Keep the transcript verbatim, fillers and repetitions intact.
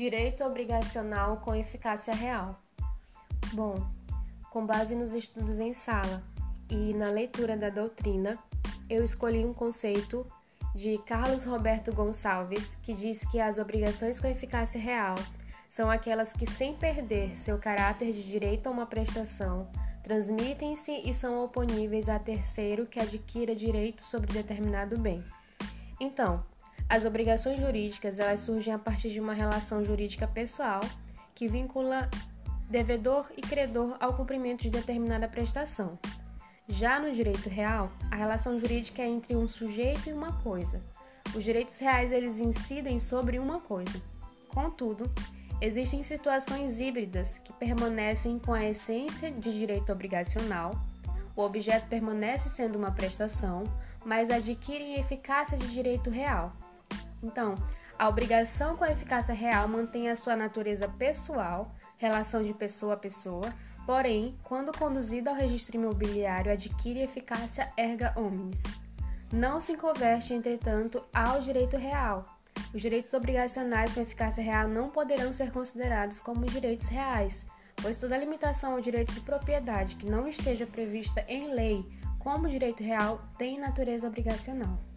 Direito obrigacional com eficácia real. Bom, com base nos estudos em sala e na leitura da doutrina, eu escolhi um conceito de Carlos Roberto Gonçalves, que diz que as obrigações com eficácia real são aquelas que, sem perder seu caráter de direito a uma prestação, transmitem-se e são oponíveis a terceiro que adquira direito sobre determinado bem. Então, as obrigações jurídicas elas surgem a partir de uma relação jurídica pessoal que vincula devedor e credor ao cumprimento de determinada prestação. Já no direito real, a relação jurídica é entre um sujeito e uma coisa. Os direitos reais eles incidem sobre uma coisa. Contudo, existem situações híbridas que permanecem com a essência de direito obrigacional. O objeto permanece sendo uma prestação, mas adquirem eficácia de direito real. Então, a obrigação com a eficácia real mantém a sua natureza pessoal, relação de pessoa a pessoa, porém, quando conduzida ao registro imobiliário, adquire eficácia erga omnes. Não se converte, entretanto, ao direito real. Os direitos obrigacionais com eficácia real não poderão ser considerados como direitos reais, pois toda limitação ao direito de propriedade que não esteja prevista em lei como direito real tem natureza obrigacional.